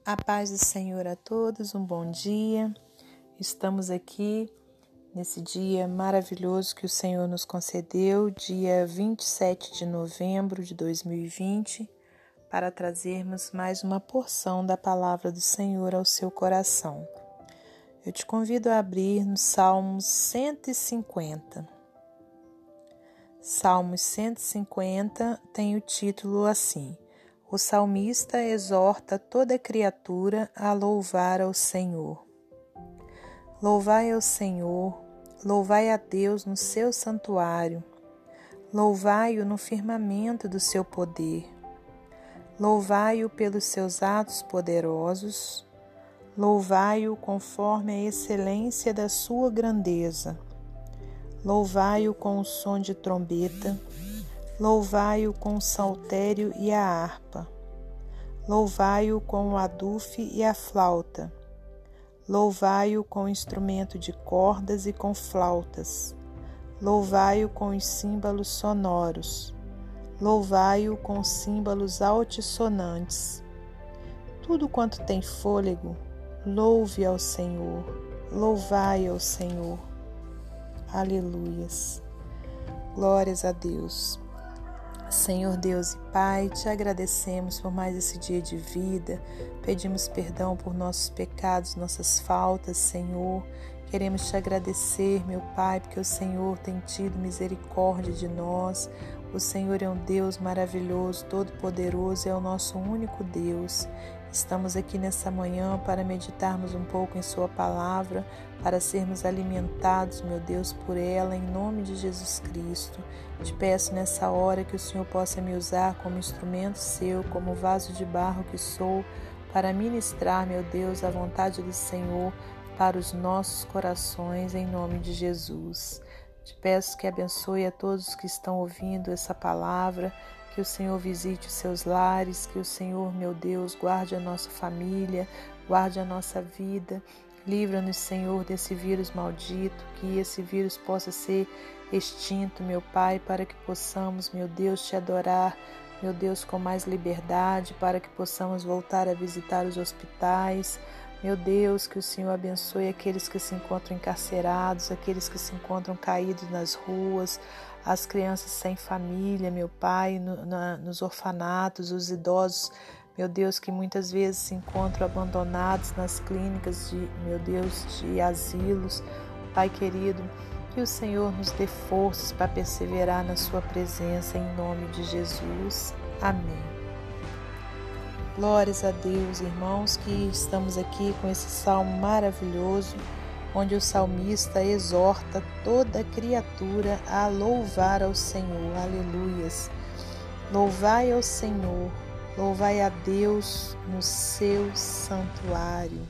A paz do Senhor a todos, um bom dia. Estamos aqui nesse dia maravilhoso que o Senhor nos concedeu, dia 27 de novembro de 2020, para trazermos mais uma porção da palavra do Senhor ao seu coração. Eu te convido a abrir no Salmos 150. Salmos 150 tem o título assim: O salmista exorta toda criatura a louvar ao Senhor. Louvai ao Senhor, louvai a Deus no seu santuário, louvai-o no firmamento do seu poder, louvai-o pelos seus atos poderosos, louvai-o conforme a excelência da sua grandeza, louvai-o com o som de trombeta, louvai-o com o saltério e a harpa, louvai-o com o adufe e a flauta, louvai-o com instrumento de cordas e com flautas, louvai-o com os símbolos sonoros, louvai-o com símbolos altissonantes. Tudo quanto tem fôlego, louve ao Senhor, louvai ao Senhor. Aleluias. Glórias a Deus. Senhor Deus e Pai, te agradecemos por mais esse dia de vida, pedimos perdão por nossos pecados, nossas faltas, Senhor. Queremos te agradecer, meu Pai, porque o Senhor tem tido misericórdia de nós. O Senhor é um Deus maravilhoso, todo-poderoso, é o nosso único Deus. Estamos aqui nessa manhã para meditarmos um pouco em Sua palavra, para sermos alimentados, meu Deus, por ela, em nome de Jesus Cristo. Te peço nessa hora que o Senhor possa me usar como instrumento seu, como vaso de barro que sou, para ministrar, meu Deus, a vontade do Senhor para os nossos corações, em nome de Jesus. Te peço que abençoe a todos que estão ouvindo essa palavra, que o Senhor visite os seus lares, que o Senhor, meu Deus, guarde a nossa família, guarde a nossa vida. Livra-nos, Senhor, desse vírus maldito, que esse vírus possa ser extinto, meu Pai, para que possamos, meu Deus, te adorar, meu Deus, com mais liberdade, para que possamos voltar a visitar os hospitais. Meu Deus, que o Senhor abençoe aqueles que se encontram encarcerados, aqueles que se encontram caídos nas ruas, as crianças sem família, meu Pai, nos orfanatos, os idosos, meu Deus, que muitas vezes se encontram abandonados nas clínicas meu Deus, de asilos. Pai querido, que o Senhor nos dê forças para perseverar na sua presença, em nome de Jesus. Amém. Glórias a Deus, irmãos, que estamos aqui com esse salmo maravilhoso, onde o salmista exorta toda criatura a louvar ao Senhor. Aleluias. Louvai ao Senhor, louvai a Deus no seu santuário,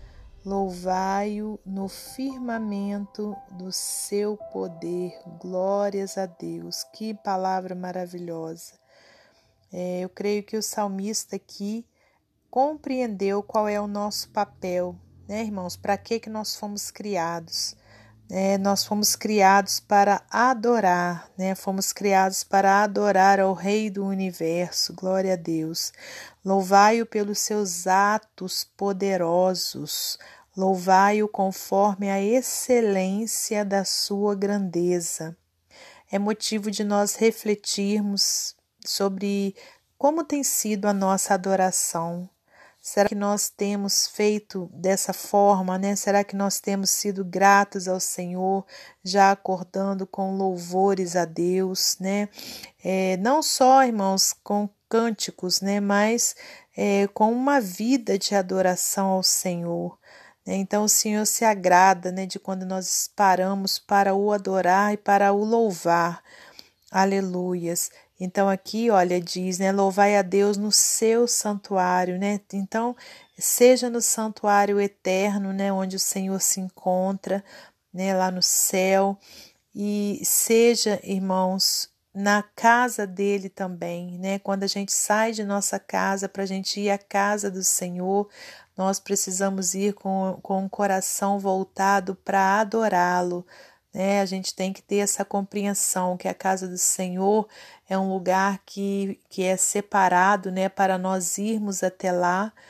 louvai-o no firmamento do seu poder. Glórias a Deus. Que palavra maravilhosa. Eu creio que o salmista aqui compreendeu qual é o nosso papel, né, irmãos? Para que nós fomos criados? Nós fomos criados para adorar, né? Fomos criados para adorar ao Rei do Universo. Glória a Deus. Louvai-o pelos seus atos poderosos. Louvai-o conforme a excelência da sua grandeza. É motivo de nós refletirmos sobre como tem sido a nossa adoração. Será que nós temos feito dessa forma, né? Será que nós temos sido gratos ao Senhor, já acordando com louvores a Deus, né? Não só, irmãos, com cânticos, né? Mas com uma vida de adoração ao Senhor. Então o Senhor se agrada, né, de quando nós paramos para o adorar e para o louvar. Aleluias. Então aqui, olha, diz, né, louvai a Deus no seu santuário, né? Então, seja no santuário eterno, né, onde o Senhor se encontra, né, lá no céu, e seja, irmãos, na casa dele também, né? Quando a gente sai de nossa casa para a gente ir à casa do Senhor, nós precisamos ir com um coração voltado para adorá-lo, né? A gente tem que ter essa compreensão que a casa do Senhor é um lugar que é separado, né, para nós irmos até lá,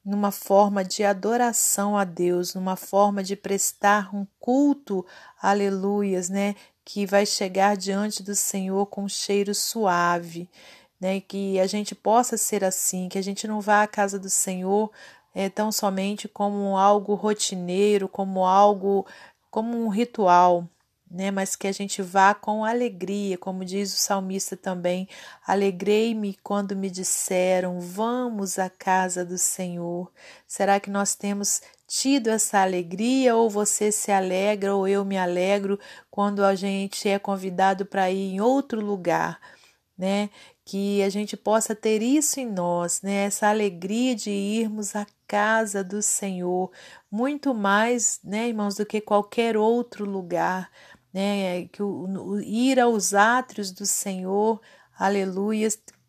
numa forma de adoração a Deus, numa forma de prestar um culto, aleluias, né? Que vai chegar diante do Senhor com um cheiro suave, né? Que a gente possa ser assim, que a gente não vá à casa do Senhor tão somente como algo rotineiro, como um ritual, né? Mas que a gente vá com alegria, como diz o salmista também. Alegrei-me quando me disseram, vamos à casa do Senhor. Será que nós temos tido essa alegria, ou você se alegra, ou eu me alegro quando a gente é convidado para ir em outro lugar, né? Que a gente possa ter isso em nós, né? Essa alegria de irmos à casa do Senhor, muito mais, né, irmãos, do que qualquer outro lugar, né? Que ir aos átrios do Senhor, aleluia,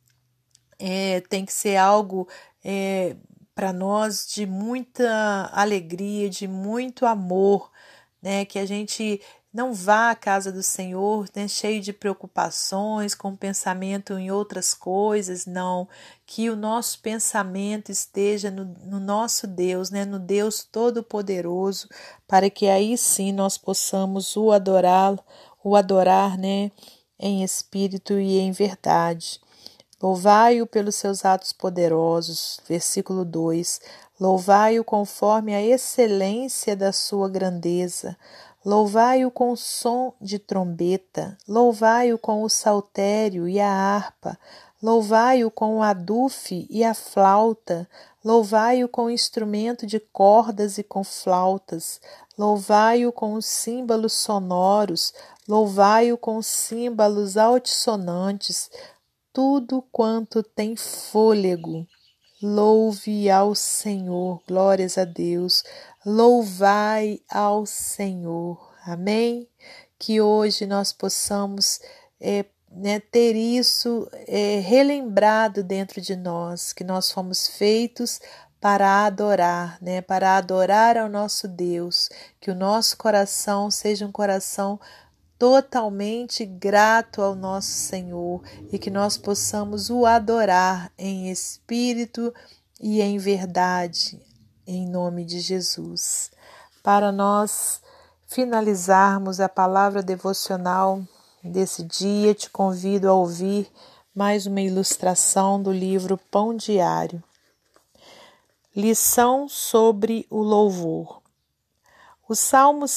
tem que ser algo para nós de muita alegria, de muito amor, né? Que a gente não vá à casa do Senhor, né, cheio de preocupações, com pensamento em outras coisas, não. Que o nosso pensamento esteja no nosso Deus, né, no Deus Todo-Poderoso, para que aí sim nós possamos o adorar, né, em espírito e em verdade. Louvai-o pelos seus atos poderosos. Versículo 2. Louvai-o conforme a excelência da sua grandeza. Louvai-o com som de trombeta. Louvai-o com o saltério e a harpa. Louvai-o com o adufe e a flauta. Louvai-o com instrumento de cordas e com flautas. Louvai-o com os símbolos sonoros. Louvai-o com símbolos altissonantes. Tudo quanto tem fôlego, louve ao Senhor, glórias a Deus, louvai ao Senhor, amém? Que hoje nós possamos ter isso relembrado dentro de nós, que nós fomos feitos para adorar, né? Para adorar ao nosso Deus, que o nosso coração seja um coração totalmente grato ao nosso Senhor e que nós possamos o adorar em espírito e em verdade, em nome de Jesus. Para nós finalizarmos a palavra devocional desse dia, te convido a ouvir mais uma ilustração do livro Pão Diário. Lição sobre o louvor. O Salmo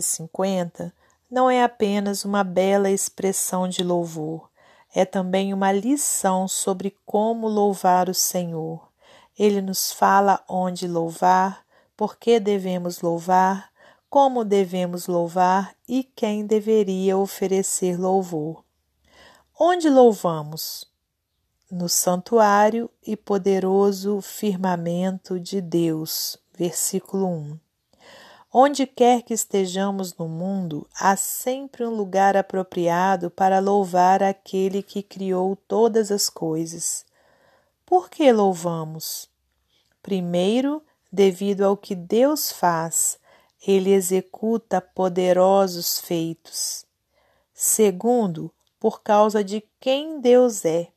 150 não é apenas uma bela expressão de louvor, é também uma lição sobre como louvar o Senhor. Ele nos fala onde louvar, por que devemos louvar, como devemos louvar e quem deveria oferecer louvor. Onde louvamos? No santuário e poderoso firmamento de Deus. Versículo 1. Onde quer que estejamos no mundo, há sempre um lugar apropriado para louvar aquele que criou todas as coisas. Por que louvamos? Primeiro, devido ao que Deus faz, ele executa poderosos feitos. Segundo, por causa de quem Deus é.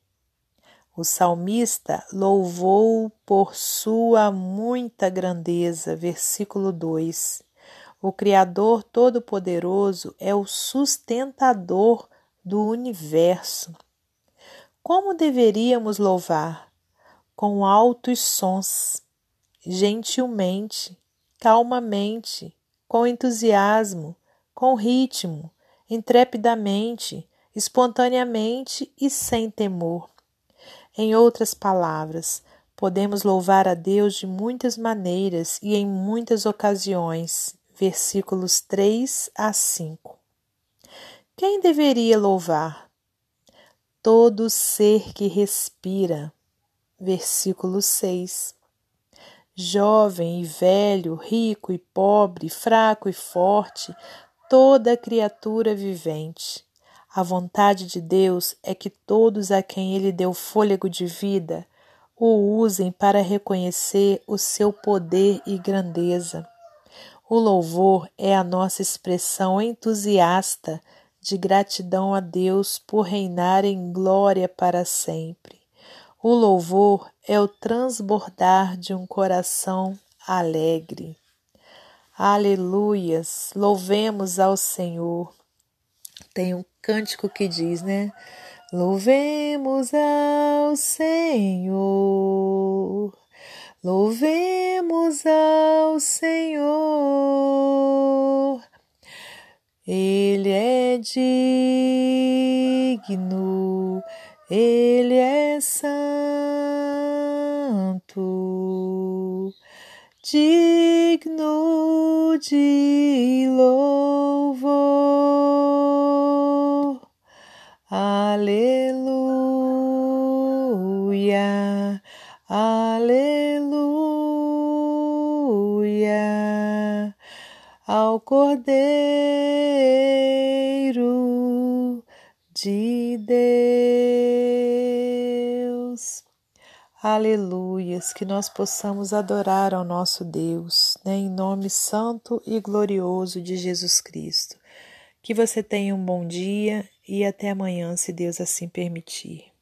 O salmista louvou por sua muita grandeza, versículo 2. O Criador Todo-Poderoso é o sustentador do universo. Como deveríamos louvar? Com altos sons, gentilmente, calmamente, com entusiasmo, com ritmo, intrepidamente, espontaneamente e sem temor. Em outras palavras, podemos louvar a Deus de muitas maneiras e em muitas ocasiões. Versículos 3 a 5. Quem deveria louvar? Todo ser que respira. Versículo 6. Jovem e velho, rico e pobre, fraco e forte, toda criatura vivente. A vontade de Deus é que todos a quem Ele deu fôlego de vida o usem para reconhecer o seu poder e grandeza. O louvor é a nossa expressão entusiasta de gratidão a Deus por reinar em glória para sempre. O louvor é o transbordar de um coração alegre. Aleluias! Louvemos ao Senhor. Tem um cântico que diz, né? Louvemos ao Senhor. Louvemos ao Senhor. Ele é digno, Ele é santo, digno de louvor. Aleluia, aleluia, ao Cordeiro de Deus. Aleluias, que nós possamos adorar ao nosso Deus, né, em nome santo e glorioso de Jesus Cristo. Que você tenha um bom dia e até amanhã, se Deus assim permitir.